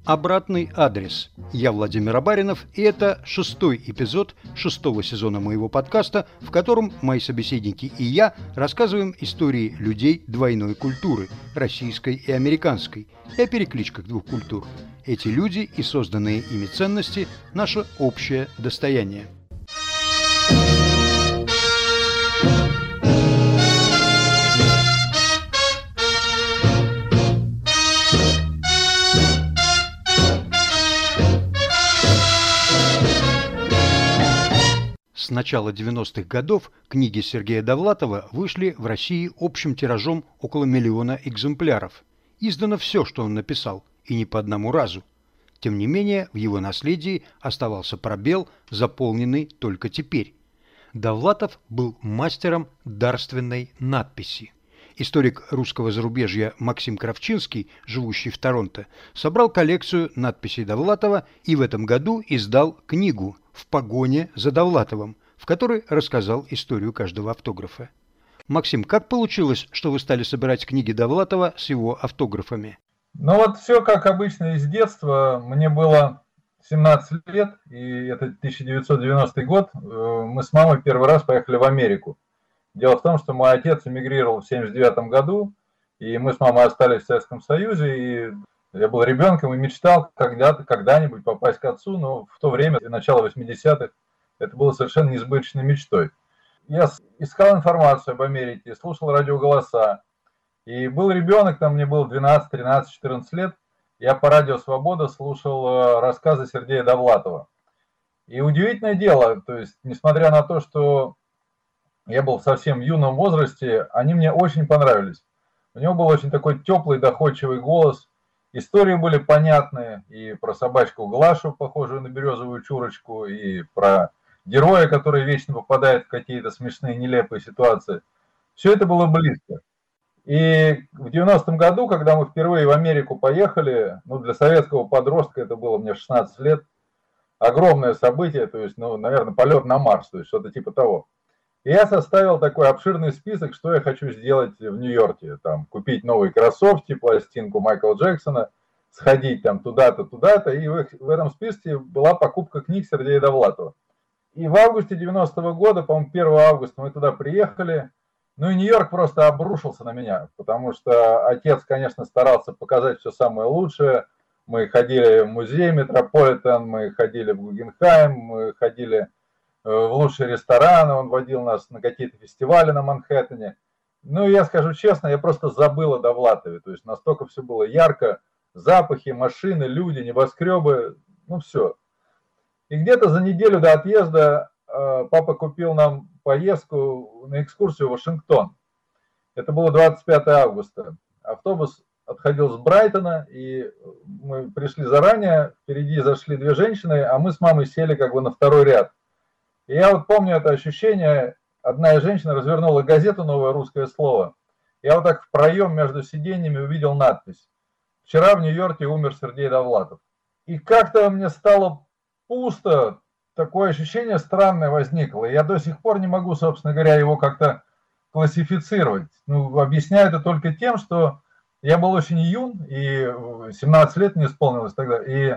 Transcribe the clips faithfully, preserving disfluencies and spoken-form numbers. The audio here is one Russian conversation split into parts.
Обратный адрес. Я Владимир Абаринов, и это шестой эпизод шестого сезона моего подкаста, в котором мои собеседники и я рассказываем истории людей двойной культуры, российской и американской, и о перекличках двух культур. Эти люди и созданные ими ценности – наше общее достояние. С начала девяностых годов книги Сергея Довлатова вышли в России общим тиражом около миллиона экземпляров. Издано все, что он написал, и не по одному разу. Тем не менее, в его наследии оставался пробел, заполненный только теперь. Довлатов был мастером дарственной надписи. Историк русского зарубежья Максим Кравчинский, живущий в Торонто, собрал коллекцию надписей Довлатова и в этом году издал книгу «В погоне за Довлатовым», в которой рассказал историю каждого автографа. Максим, как получилось, что вы стали собирать книги Довлатова с его автографами? Ну вот все как обычно из детства. Мне было семнадцать лет, и это тысяча девятьсот девяностый год. Мы с мамой первый раз поехали в Америку. Дело в том, что мой отец эмигрировал в семьдесят девятом году, и мы с мамой остались в Советском Союзе, и я был ребенком и мечтал когда-то, когда-нибудь попасть к отцу, но в то время, начало восьмидесятых, это было совершенно несбыточной мечтой. Я искал информацию об Америке, слушал радиоголоса, и был ребенок, там мне было двенадцать, тринадцать, четырнадцать лет, я по радио «Свобода» слушал рассказы Сергея Довлатова. И удивительное дело, то есть, несмотря на то, что я был в совсем юном возрасте, они мне очень понравились. У него был очень такой теплый, доходчивый голос. Истории были понятные и про собачку Глашу, похожую на березовую чурочку, и про героя, который вечно попадает в какие-то смешные, нелепые ситуации. Все это было близко. И в девяностом году, когда мы впервые в Америку поехали, ну, для советского подростка это было мне шестнадцать лет, огромное событие, то есть, ну, наверное, полет на Марс, то есть что-то типа того. И я составил такой обширный список, что я хочу сделать в Нью-Йорке. Там, купить новые кроссовки, пластинку Майкла Джексона, сходить там туда-то, туда-то. И в, в этом списке была покупка книг Сергея Довлатова. И в августе девяностого года, по-моему, первого августа мы туда приехали. Ну и Нью-Йорк просто обрушился на меня, потому что отец, конечно, старался показать все самое лучшее. Мы ходили в музей Метрополитен, мы ходили в Гугенхайм, мы ходили в лучшие рестораны, он водил нас на какие-то фестивали на Манхэттене. Ну, я скажу честно, я просто забыл о Довлатове. То есть настолько все было ярко, запахи, машины, люди, небоскребы, ну все. И где-то за неделю до отъезда э, папа купил нам поездку на экскурсию в Вашингтон. Это было двадцать пятого августа. Автобус отходил с Брайтона, и мы пришли заранее, впереди зашли две женщины, а мы с мамой сели как бы на второй ряд. И я вот помню это ощущение, одна из женщин развернула газету «Новое русское слово». Я вот так в проем между сиденьями увидел надпись: «Вчера в Нью-Йорке умер Сергей Довлатов». И как-то мне стало пусто, такое ощущение странное возникло. И я до сих пор не могу, собственно говоря, его как-то классифицировать. Ну, объясняю это только тем, что я был очень юн, и семнадцать лет мне исполнилось тогда, и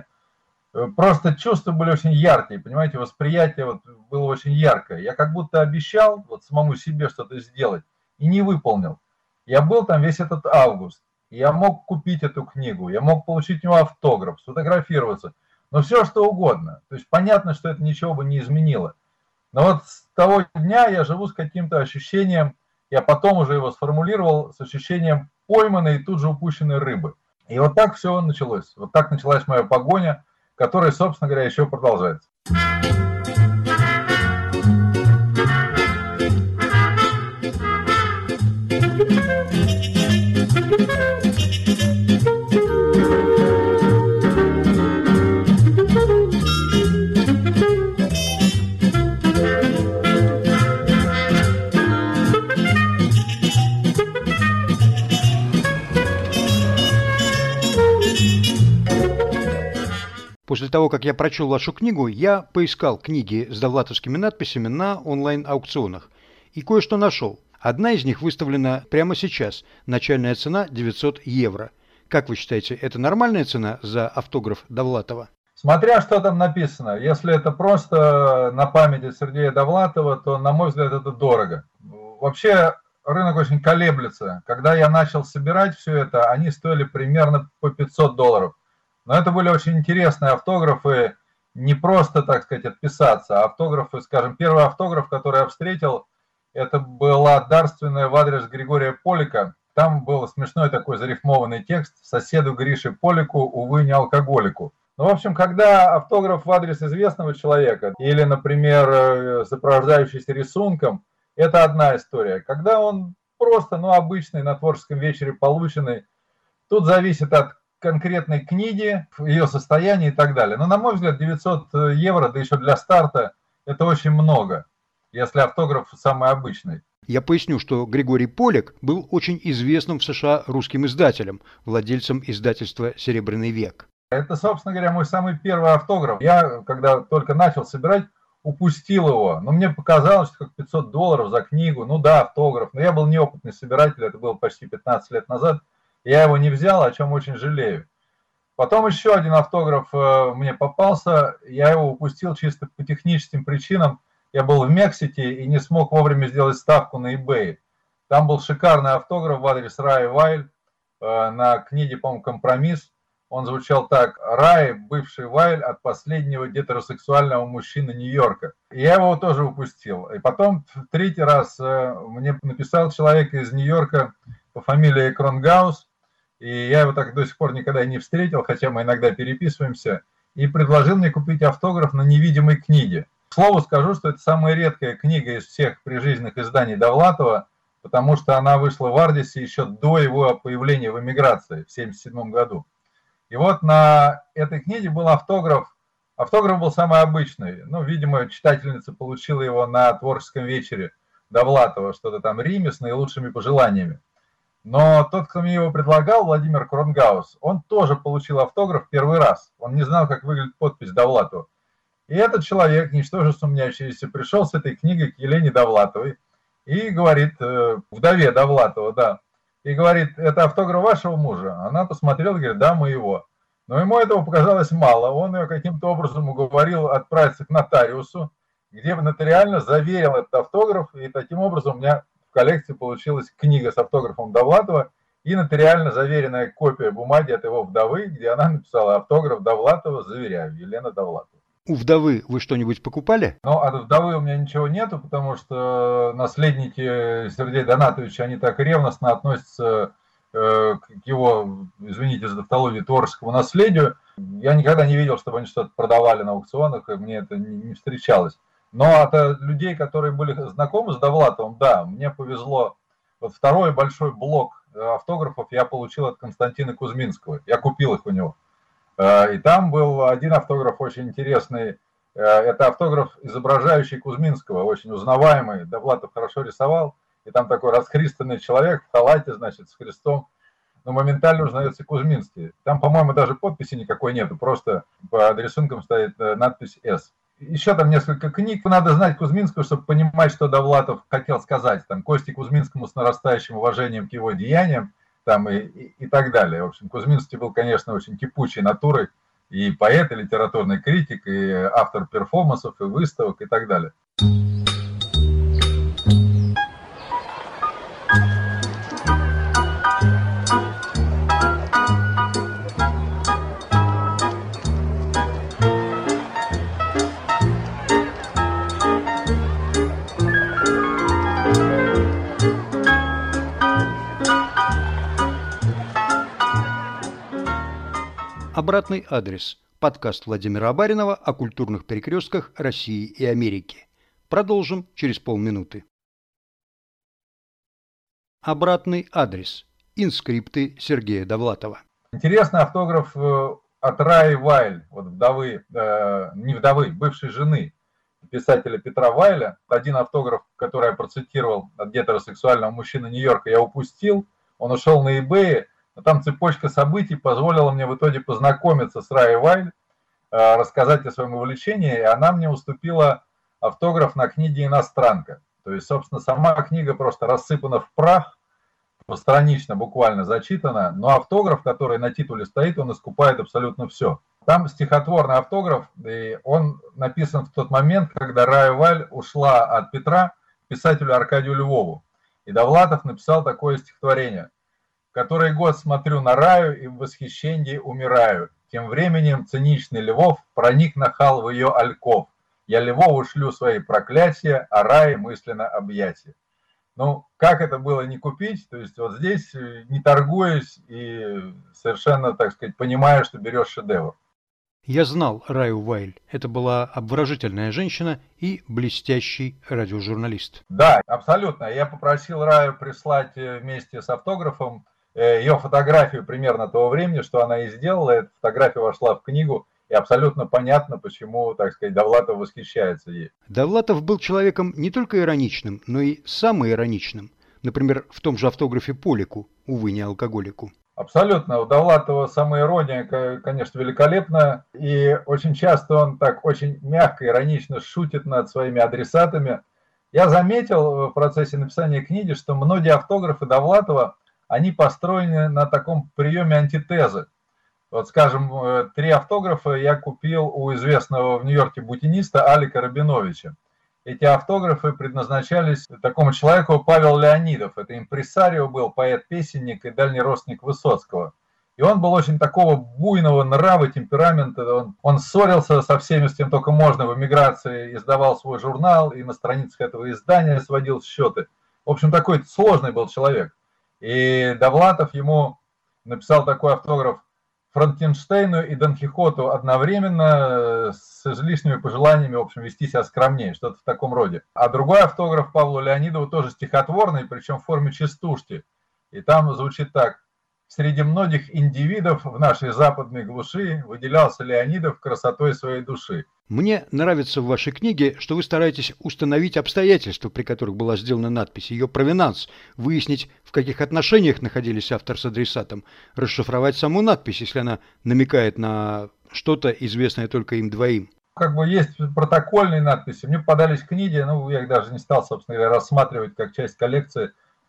просто чувства были очень яркие, понимаете, восприятие вот было очень яркое. Я как будто обещал вот самому себе что-то сделать и не выполнил. Я был там весь этот август, я мог купить эту книгу, я мог получить у него автограф, сфотографироваться, но все что угодно. То есть понятно, что это ничего бы не изменило. Но вот с того дня я живу с каким-то ощущением, я потом уже его сформулировал, с ощущением пойманной и тут же упущенной рыбы. И вот так все началось. Вот так началась моя погоня, который, собственно говоря, еще продолжается. После того, как я прочел вашу книгу, я поискал книги с довлатовскими надписями на онлайн-аукционах и кое-что нашел. Одна из них выставлена прямо сейчас, начальная цена девятьсот евро. Как вы считаете, это нормальная цена за автограф Довлатова? Смотря что там написано. Если это просто на память от Сергея Довлатова, то, на мой взгляд, это дорого. Вообще, рынок очень колеблется. Когда я начал собирать все это, они стоили примерно по пятьсот долларов. Но это были очень интересные автографы, не просто, так сказать, отписаться, а автографы, скажем, первый автограф, который я встретил, это была дарственная в адрес Григория Полика. Там был смешной такой зарифмованный текст: «Соседу Грише Полику, увы, не алкоголику». Ну, в общем, когда автограф в адрес известного человека или, например, сопровождающийся рисунком, это одна история. Когда он просто, ну, обычный, на творческом вечере полученный, тут зависит от конкретной книги, ее состояния и так далее. Но, на мой взгляд, девятьсот евро, да еще для старта, это очень много, если автограф самый обычный. Я поясню, что Григорий Полик был очень известным в США русским издателем, владельцем издательства «Серебряный век». Это, собственно говоря, мой самый первый автограф. Я, когда только начал собирать, упустил его. Но мне показалось, что как пятьсот долларов за книгу. Ну да, автограф. Но я был неопытный собиратель, это было почти пятнадцать лет назад. Я его не взял, о чем очень жалею. Потом еще один автограф мне попался. Я его упустил чисто по техническим причинам. Я был в Мексике и не смог вовремя сделать ставку на eBay. Там был шикарный автограф в адрес Раи Вайль на книге, по-моему, «Компромисс». Он звучал так: «Рай, бывший Вайль от последнего гетеросексуального мужчины Нью-Йорка». И я его тоже упустил. И потом в третий раз мне написал человек из Нью-Йорка по фамилии Кронгаус, и я его так до сих пор никогда не встретил, хотя мы иногда переписываемся, и предложил мне купить автограф на невидимой книге. К слову скажу, что это самая редкая книга из всех прижизненных изданий Довлатова, потому что она вышла в Ардисе еще до его появления в эмиграции в семьдесят седьмом году. И вот на этой книге был автограф. Автограф был самый обычный. Ну, видимо, читательница получила его на творческом вечере Довлатова, что-то там Риме с наилучшими пожеланиями. Но тот, кто мне его предлагал, Владимир Кронгаус, он тоже получил автограф первый раз. Он не знал, как выглядит подпись Довлатова. И этот человек, ничтоже сумнящийся, пришел с этой книгой к Елене Довлатовой и говорит, вдове Довлатова, да, и говорит: «Это автограф вашего мужа?» Она посмотрела и говорит: «Да, моего». Но ему этого показалось мало. Он ее каким-то образом уговорил отправиться к нотариусу, где нотариально заверил этот автограф, и таким образом у меня в коллекции получилась книга с автографом Довлатова и нотариально заверенная копия бумаги от его вдовы, где она написала: «Автограф Довлатова, заверяю, Елена Довлатова». У вдовы вы что-нибудь покупали? Ну, от вдовы у меня ничего нету, потому что наследники Сергея Донатовича, они так ревностно относятся э, к его, извините за тавтологию, творческому наследию. Я никогда не видел, чтобы они что-то продавали на аукционах, и мне это не, не встречалось. Но от людей, которые были знакомы с Довлатовым, да, мне повезло. Вот второй большой блок автографов я получил от Константина Кузьминского. Я купил их у него. И там был один автограф очень интересный. Это автограф, изображающий Кузьминского, очень узнаваемый. Довлатов хорошо рисовал. И там такой расхристанный человек в халате, значит, с крестом. Но моментально узнается Кузьминский. Там, по-моему, даже подписи никакой нету. Просто под рисунком стоит надпись «С». Еще там несколько книг. Надо знать Кузьминского, чтобы понимать, что Довлатов хотел сказать. Там Косте Кузьминскому с нарастающим уважением к его деяниям. Там и, и, и так далее. В общем, Кузьминский был, конечно, очень кипучей натурой, и поэт, и литературный критик, и автор перформансов, и выставок, и так далее. Обратный адрес. Подкаст Владимира Абаринова о культурных перекрестках России и Америки. Продолжим через полминуты. Обратный адрес. Инскрипты Сергея Довлатова. Интересный автограф от Раи Вайль, вот вдовы, э, не вдовы, бывшей жены писателя Петра Вайля. Один автограф, который я процитировал от гетеросексуального мужчины Нью-Йорка, я упустил. Он ушел на eBay. Но там цепочка событий позволила мне в итоге познакомиться с Раей Вайль, рассказать о своем увлечении, и она мне уступила автограф на книге «Иностранка». То есть, собственно, сама книга просто рассыпана в прах постранично буквально зачитано, но автограф, который на титуле стоит, он искупает абсолютно все. Там стихотворный автограф, и он написан в тот момент, когда Рая Вайль ушла от Петра к писателю Аркадию Львову. И Довлатов написал такое стихотворение. «Который год смотрю на Раю и в восхищении умираю. Тем временем циничный Львов проник нахал в ее альков. Я Львову шлю свои проклятия, а Рае мысленно объятия». Ну, как это было не купить? То есть вот здесь, не торгуясь и совершенно, так сказать, понимая, что берешь шедевр. Я знал Раю Вайль. Это была обворожительная женщина и блестящий радиожурналист. Да, абсолютно. Я попросил Раю прислать вместе с автографом ее фотографию примерно того времени, что она и сделала. Эта фотография вошла в книгу, и абсолютно понятно, почему, так сказать, Довлатов восхищается ей. Довлатов был человеком не только ироничным, но и самоироничным. Например, в том же автографе Полику, увы, не алкоголику. Абсолютно. У Довлатова самоирония, конечно, великолепная. И очень часто он так очень мягко, иронично шутит над своими адресатами. Я заметил в процессе написания книги, что многие автографы Довлатова, они построены на таком приеме антитезы. Вот, скажем, три автографа я купил у известного в Нью-Йорке букиниста Алика Рабиновича. Эти автографы предназначались такому человеку Павел Леонидов. Это импресарио был, поэт-песенник и дальний родственник Высоцкого. И он был очень такого буйного нрава, темперамента. Он, он ссорился со всеми, с кем только можно в эмиграции, издавал свой журнал и на страницах этого издания сводил счеты. В общем, такой сложный был человек. И Довлатов ему написал такой автограф: Франкенштейну и Дон Кихоту одновременно, с излишними пожеланиями, в общем, вести себя скромнее, что-то в таком роде. А другой автограф Павлу Леонидову тоже стихотворный, причем в форме частушки. И там звучит так: среди многих индивидов в нашей западной глуши выделялся Леонидов красотой своей души. Мне нравится в вашей книге, что вы стараетесь установить обстоятельства, при которых была сделана надпись, ее провинанс, выяснить, в каких отношениях находились автор с адресатом, расшифровать саму надпись, если она намекает на что-то, известное только им двоим. Как бы есть протокольные надписи. Мне попадались книги, ну, я их даже не стал, собственно говоря, рассматривать как часть коллекции,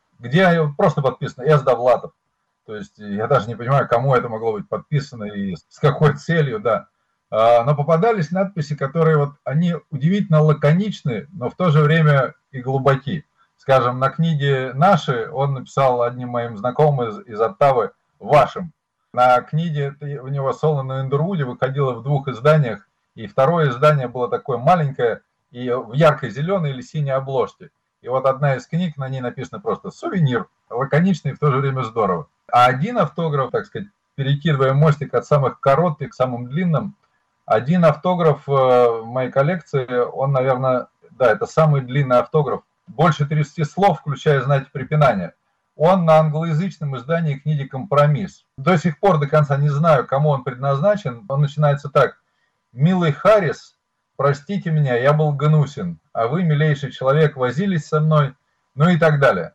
где просто подписано «С. Довлатов». То есть я даже не понимаю, кому это могло быть подписано и с какой целью, да. Но попадались надписи, которые вот, они удивительно лаконичны, но в то же время и глубоки. Скажем, на книге «Наши» он написал одним моим знакомым из, из Оттавы «Вашим». На книге у него «Соло на Эндервуде» выходило в двух изданиях, и второе издание было такое маленькое и в яркой зеленой или синей обложке. И вот одна из книг, на ней написано просто «Сувенир», лаконично и в то же время здорово. А один автограф, так сказать, перекидывая мостик от самых коротких к самым длинным, один автограф в моей коллекции, он, наверное, да, это самый длинный автограф, больше тридцати слов, включая знаки препинания. Он на англоязычном издании книги «Компромисс». До сих пор до конца не знаю, кому он предназначен. Он начинается так: «Милый Харрис, простите меня, я был гнусен, а вы, милейший человек, возились со мной», ну и так далее.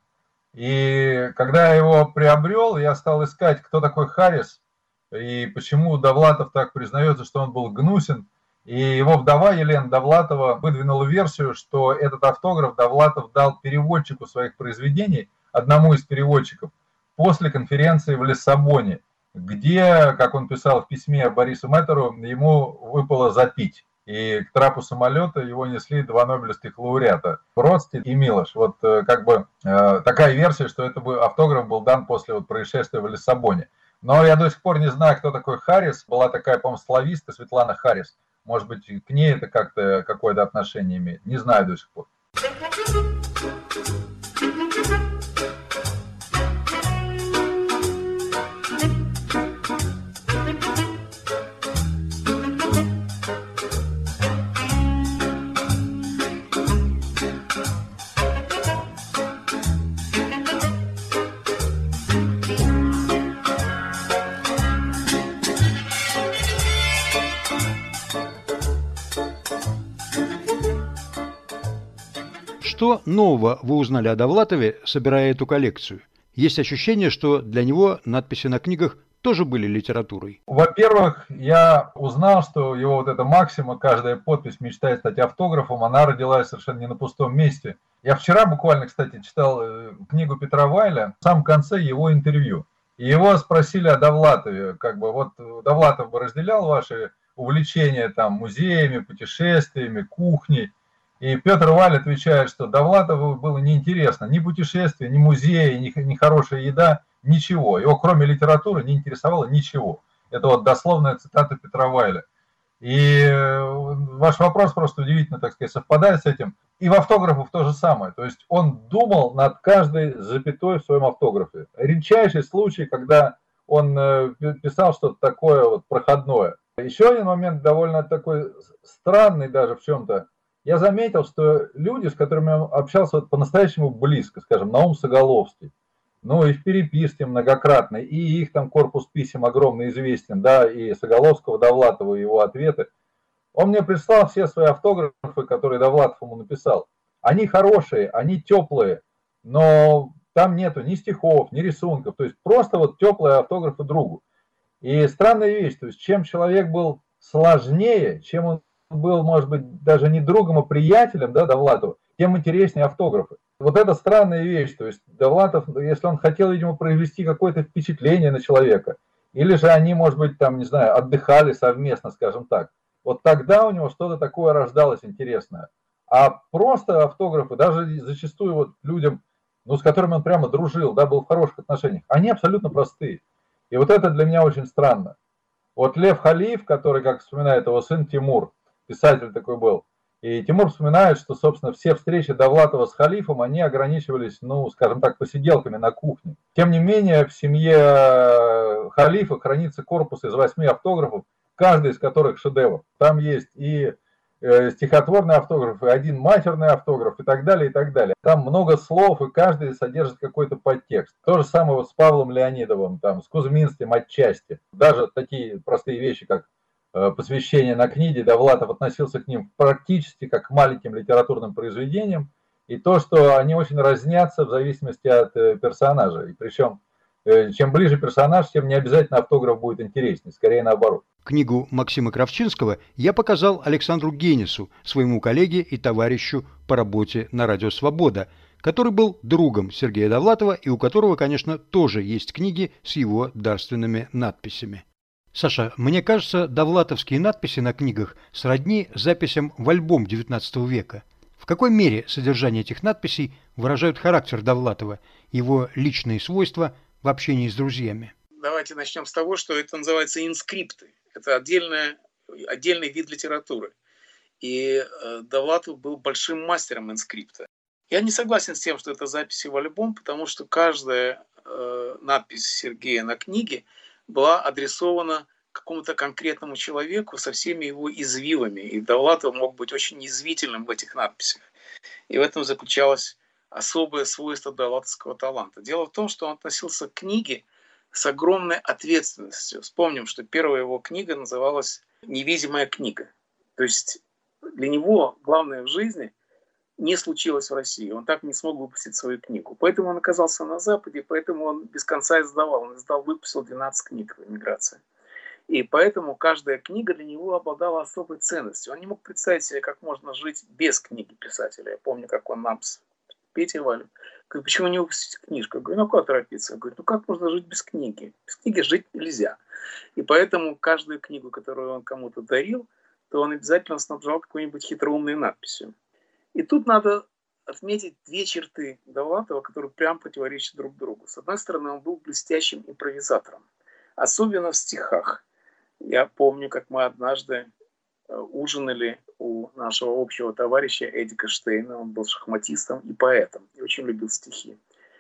И когда я его приобрел, я стал искать, кто такой Харрис, и почему Довлатов так признается, что он был гнусен. И его вдова Елена Довлатова выдвинула версию, что этот автограф Довлатов дал переводчику своих произведений, одному из переводчиков, после конференции в Лиссабоне, где, как он писал в письме Борису Меттеру, ему выпало запить. И к трапу самолета его несли два нобелевских лауреата, Бродский и Милош. Вот как бы э, такая версия, что это бы автограф был дан после вот происшествия в Лиссабоне. Но я до сих пор не знаю, кто такой Харрис. Была такая, по-моему, славистка Светлана Харрис. Может быть, к ней это как-то какое-то отношение имеет. Не знаю до сих пор. Что нового вы узнали о Довлатове, собирая эту коллекцию? Есть ощущение, что для него надписи на книгах тоже были литературой? Во-первых, я узнал, что его вот эта максима, каждая подпись мечтает стать автографом, она родилась совершенно не на пустом месте. Я вчера буквально, кстати, читал книгу Петра Вайля, в самом конце его интервью. И его спросили о Довлатове, как бы вот Довлатов бы разделял ваши увлечения там музеями, путешествиями, кухней. И Петр Вайль отвечает, что Довлатову было неинтересно ни путешествия, ни музеи, ни, ни хорошая еда, ничего. Его кроме литературы не интересовало ничего. Это вот дословная цитата Петра Вайля. И ваш вопрос просто удивительно, так сказать, совпадает с этим. И в автографах то же самое. То есть он думал над каждой запятой в своем автографе. Редчайший случай, когда он писал что-то такое вот проходное. Еще один момент довольно такой странный даже в чем-то. Я заметил, что люди, с которыми я общался вот по-настоящему близко, скажем, Наум Соголовский, ну и в переписке многократно, и их там корпус писем огромно известен, да, и Соголовского, Довлатова, и его ответы. Он мне прислал все свои автографы, которые Довлатов ему написал. Они хорошие, они теплые, но там нету ни стихов, ни рисунков, то есть просто вот теплые автографы другу. И странная вещь, то есть чем человек был сложнее, чем он был, может быть, даже не другом, а приятелем, да, Довлатова, тем интереснее автографы. Вот это странная вещь, то есть Довлатов, если он хотел, видимо, произвести какое-то впечатление на человека, или же они, может быть, там, не знаю, отдыхали совместно, скажем так, вот тогда у него что-то такое рождалось интересное. А просто автографы, даже зачастую вот людям, ну, с которыми он прямо дружил, да, был в хороших отношениях, они абсолютно простые. И вот это для меня очень странно. Вот Лев Халиев, который, как вспоминает его сын Тимур, писатель такой был, и Тимур вспоминает, что, собственно, все встречи Довлатова с Халифом, они ограничивались, ну, скажем так, посиделками на кухне. Тем не менее, в семье Халифа хранится корпус из восьми автографов, каждый из которых шедевр. Там есть и стихотворный автограф, и один матерный автограф, и так далее, и так далее. Там много слов, и каждый содержит какой-то подтекст. То же самое вот с Павлом Леонидовым, там, с Кузьминским отчасти. Даже такие простые вещи, как посвящение на книге, Довлатов относился к ним практически как к маленьким литературным произведениям, и то, что они очень разнятся в зависимости от персонажа. И причем, чем ближе персонаж, тем не обязательно автограф будет интереснее, скорее наоборот. Книгу Максима Кравчинского я показал Александру Генису, своему коллеге и товарищу по работе на Радио Свобода, который был другом Сергея Довлатова и у которого, конечно, тоже есть книги с его дарственными надписями. Саша, мне кажется, довлатовские надписи на книгах сродни записям в альбом девятнадцатого века. В какой мере содержание этих надписей выражают характер Довлатова, его личные свойства в общении с друзьями? Давайте начнем с того, что это называется инскрипты. Это отдельная, отдельный вид литературы. И э, Довлатов был большим мастером инскрипта. Я не согласен с тем, что это записи в альбом, потому что каждая э, надпись Сергея на книге была адресована какому-то конкретному человеку со всеми его извивами. И Довлатов мог быть очень язвительным в этих надписях. И в этом заключалось особое свойство довлатовского таланта. Дело в том, что он относился к книге с огромной ответственностью. Вспомним, что первая его книга называлась «Невидимая книга». То есть для него главное в жизни не случилось в России. Он так не смог выпустить свою книгу. Поэтому он оказался на Западе, поэтому он без конца издавал. Он издал, выпустил двенадцать книг в эмиграции. И поэтому каждая книга для него обладала особой ценностью. Он не мог представить себе, как можно жить без книги писателя. Я помню, как он нам с Петей Валем говорит: почему не выпустить книжку? Я говорю: ну куда торопиться? Я говорю: ну как можно жить без книги? Без книги жить нельзя. И поэтому каждую книгу, которую он кому-то дарил, то он обязательно снабжал какой-нибудь хитроумной надписью. И тут надо отметить две черты Довлатова, которые прям противоречат друг другу. С одной стороны, он был блестящим импровизатором, особенно в стихах. Я помню, как мы однажды ужинали у нашего общего товарища Эдика Штейна. Он был шахматистом и поэтом, и очень любил стихи.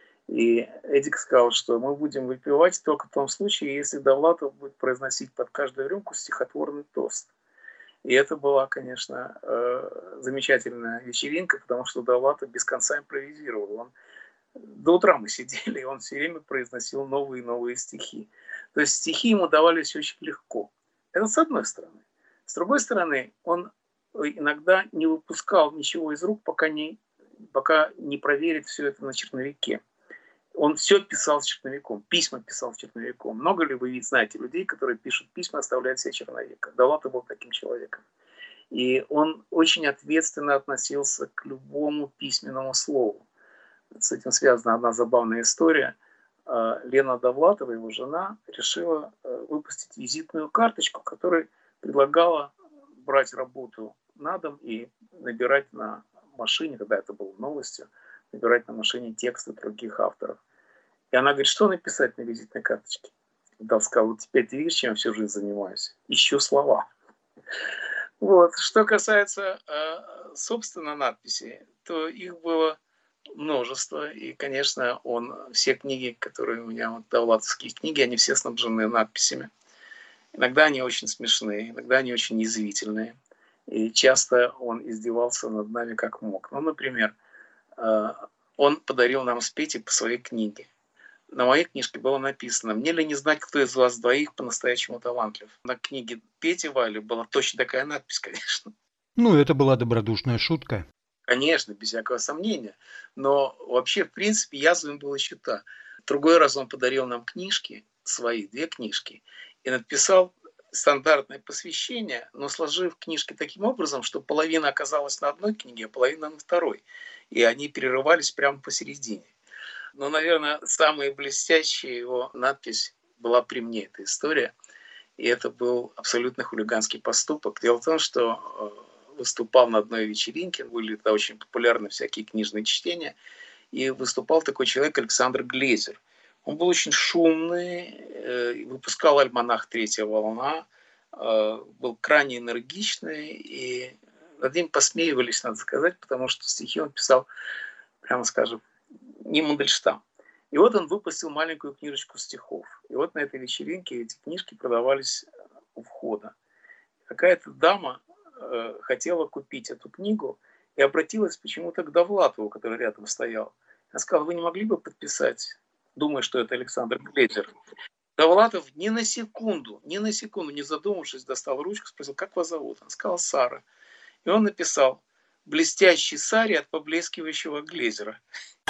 И Эдик сказал, что мы будем выпивать только в том случае, если Довлатов будет произносить под каждую рюмку стихотворный тост. И это была, конечно, замечательная вечеринка, потому что Довлатов без конца импровизировал. Он... До утра мы сидели, и он все время произносил новые и новые стихи. То есть стихи ему давались очень легко. Это с одной стороны. С другой стороны, он иногда не выпускал ничего из рук, пока не, пока не проверит все это на черновике. Он все писал с черновиком, письма писал с черновиком. Много ли вы знаете людей, которые пишут письма, оставляют себе черновик? Довлатов был таким человеком. И он очень ответственно относился к любому письменному слову. С этим связана одна забавная история. Лена Довлатова, его жена, решила выпустить визитную карточку, которая предлагала брать работу на дом и набирать на машине, тогда это было новостью, набирать на машине тексты других авторов. И она говорит, что написать на визитной карточке? Дал сказал, вот теперь ты видишь, чем я всю жизнь занимаюсь? Ищу слова. Вот. Что касается, собственно, надписей, то их было множество. И, конечно, он, все книги, которые у меня, вот, довлатовские книги, они все снабжены надписями. Иногда они очень смешные, иногда они очень язвительные. И часто он издевался над нами как мог. Ну, например, он подарил нам с Петей по своей книге. На моей книжке было написано: «Мне ли не знать, кто из вас двоих по-настоящему талантлив?» На книге Пети Вали была точно такая надпись, конечно. Ну, это была добродушная шутка. Конечно, без всякого сомнения. Но вообще, в принципе, язвым было счета. Другой раз он подарил нам книжки, свои две книжки, и написал стандартное посвящение, но сложив книжки таким образом, что половина оказалась на одной книге, а половина на второй. И они перерывались прямо посередине. Но, наверное, самая блестящая его надпись была при мне, эта история. И это был абсолютно хулиганский поступок. Дело в том, что выступал на одной вечеринке, были тогда очень популярны всякие книжные чтения, и выступал такой человек Александр Глезер. Он был очень шумный, выпускал альманах «Третья волна», был крайне энергичный, и над ним посмеивались, надо сказать, потому что стихи он писал, прямо скажем, не Мандельштам. И вот он выпустил маленькую книжечку стихов. И вот на этой вечеринке эти книжки продавались у входа. Какая-то дама э, хотела купить эту книгу и обратилась почему-то к Довлатову, который рядом стоял. Она сказала: вы не могли бы подписать, думая, что это Александр Глезер? Довлатов ни на секунду, ни на секунду не задумавшись, достал ручку, спросил: как вас зовут? Она сказала: Сара. И он написал: блестящий сари от поблескивающего Глезера.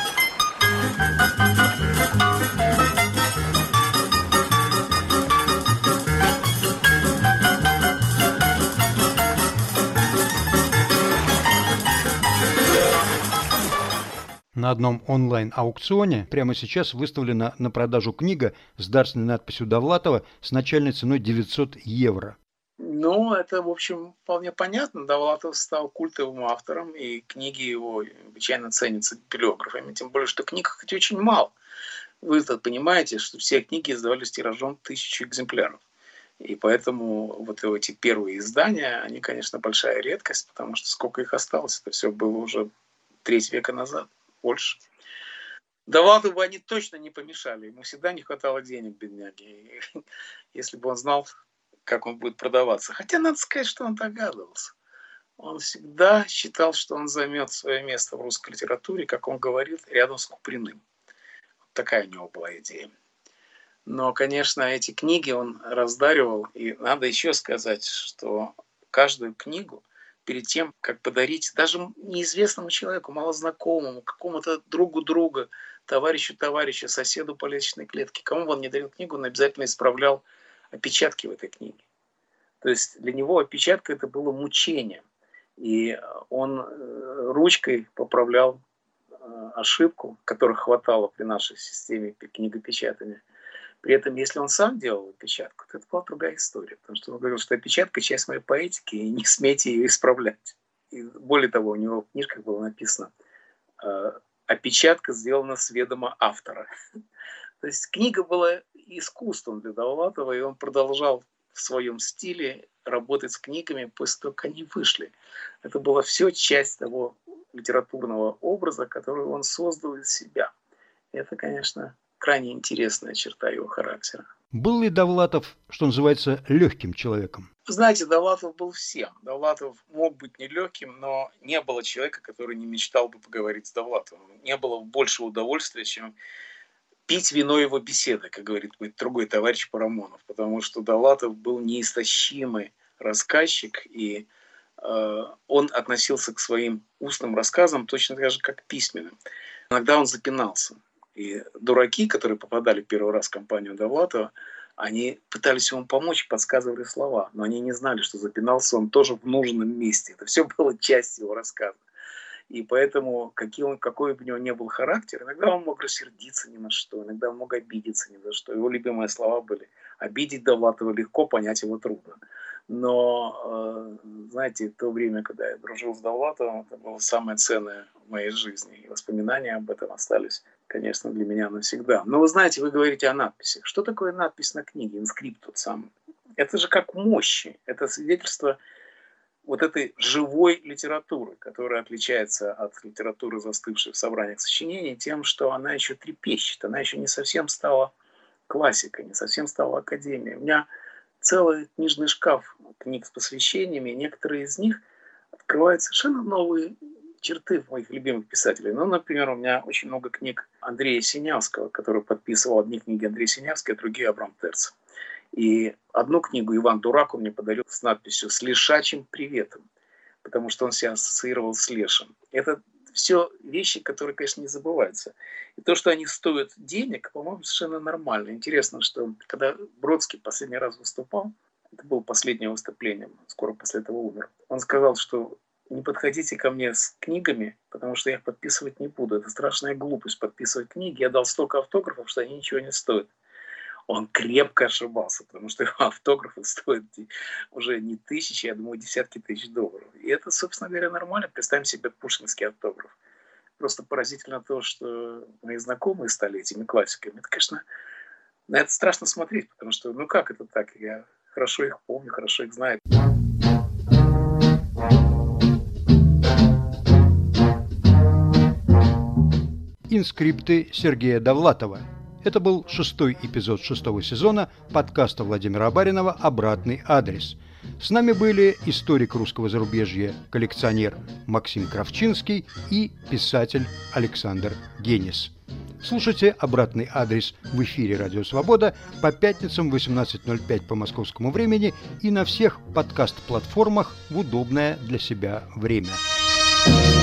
На одном онлайн-аукционе прямо сейчас выставлена на продажу книга с дарственной надписью Довлатова с начальной ценой девятьсот евро. Ну, это, в общем, вполне понятно. Довлатов стал культовым автором, и книги его необычайно ценятся библиографами. Тем более, что книг хоть очень мало. Вы понимаете, что все книги издавались тиражом тысячу экземпляров. И поэтому вот эти первые издания, они, конечно, большая редкость, потому что сколько их осталось, это все было уже треть века назад, больше. Довлатову они точно не помешали. Ему всегда не хватало денег, бедняги. И если бы он знал, как он будет продаваться. Хотя надо сказать, что он догадывался. Он всегда считал, что он займет свое место в русской литературе, как он говорит, рядом с Куприным. Такая у него была идея. Но, конечно, эти книги он раздаривал. И надо еще сказать, что каждую книгу перед тем, как подарить даже неизвестному человеку, малознакомому, какому-то другу друга, товарищу товарища, соседу по лестничной клетке, кому бы он не дарил книгу, он обязательно исправлял опечатки в этой книге. То есть для него опечатка это было мучением. И он ручкой поправлял ошибку, которых хватало при нашей системе книгопечатания. При этом, если он сам делал опечатку, то это была другая история. Потому что он говорил, что опечатка – часть моей поэтики, и не смейте ее исправлять. И более того, у него в книжках было написано: опечатка сделана с ведома автора. То есть книга была искусством для Довлатова, и он продолжал в своем стиле работать с книгами после того, как они вышли. Это была все часть того литературного образа, который он создал из себя. И это, конечно, крайне интересная черта его характера. Был ли Довлатов, что называется, легким человеком? Вы знаете, Довлатов был всем. Довлатов мог быть нелегким, но не было человека, который не мечтал бы поговорить с Довлатовым. Не было большего удовольствия, чем пить вино его беседы, как говорит мой другой товарищ Парамонов, потому что Довлатов был неистощимый рассказчик, и э, он относился к своим устным рассказам точно так же, как к письменным. Иногда он запинался. И дураки, которые попадали первый раз в компанию Довлатова, они пытались ему помочь, подсказывали слова, но они не знали, что запинался он тоже в нужном месте. Это все было частью его рассказа. И поэтому, какие он, какой бы у него ни был характер, иногда он мог рассердиться ни на что, иногда он мог обидеться ни за что. Его любимые слова были: обидеть Довлатова легко, понять его трудно. Но, знаете, то время, когда я дружил с Довлатовым, это было самое ценное в моей жизни. И воспоминания об этом остались, конечно, для меня навсегда. Но вы знаете, вы говорите о надписях. Что такое надпись на книге, инскрипт тот самый? Это же как мощи, это свидетельство вот этой живой литературы, которая отличается от литературы, застывшей в собраниях сочинений, тем, что она еще трепещет, она еще не совсем стала классикой, не совсем стала академией. У меня целый книжный шкаф книг с посвящениями, и некоторые из них открывают совершенно новые черты моих любимых писателей. Ну, например, у меня очень много книг Андрея Синявского, который подписывал одни книги Андрея Синявского, а другие Абрам Терц. И одну книгу Иван Дурак он мне подарил с надписью «С лешачьим приветом», потому что он себя ассоциировал с лешим. Это все вещи, которые, конечно, не забываются. И то, что они стоят денег, по-моему, совершенно нормально. Интересно, что когда Бродский последний раз выступал, это было последнее выступление, скоро после этого умер, он сказал, что не подходите ко мне с книгами, потому что я их подписывать не буду. Это страшная глупость подписывать книги. Я дал столько автографов, что они ничего не стоят. Он крепко ошибался, потому что его автографы стоят уже не тысячи, я думаю, десятки тысяч долларов. И это, собственно говоря, нормально. Представим себе пушкинский автограф. Просто поразительно то, что мои знакомые стали этими классиками. Это, конечно, на это страшно смотреть, потому что, ну как это так? Я хорошо их помню, хорошо их знаю. Инскрипты Сергея Довлатова. Это был шестой эпизод шестого сезона подкаста Владимира Абаринова «Обратный адрес». С нами были историк русского зарубежья, коллекционер Максим Кравчинский и писатель Александр Генис. Слушайте «Обратный адрес» в эфире «Радио Свобода» по пятницам в восемнадцать ноль пять по московскому времени и на всех подкаст-платформах в удобное для себя время.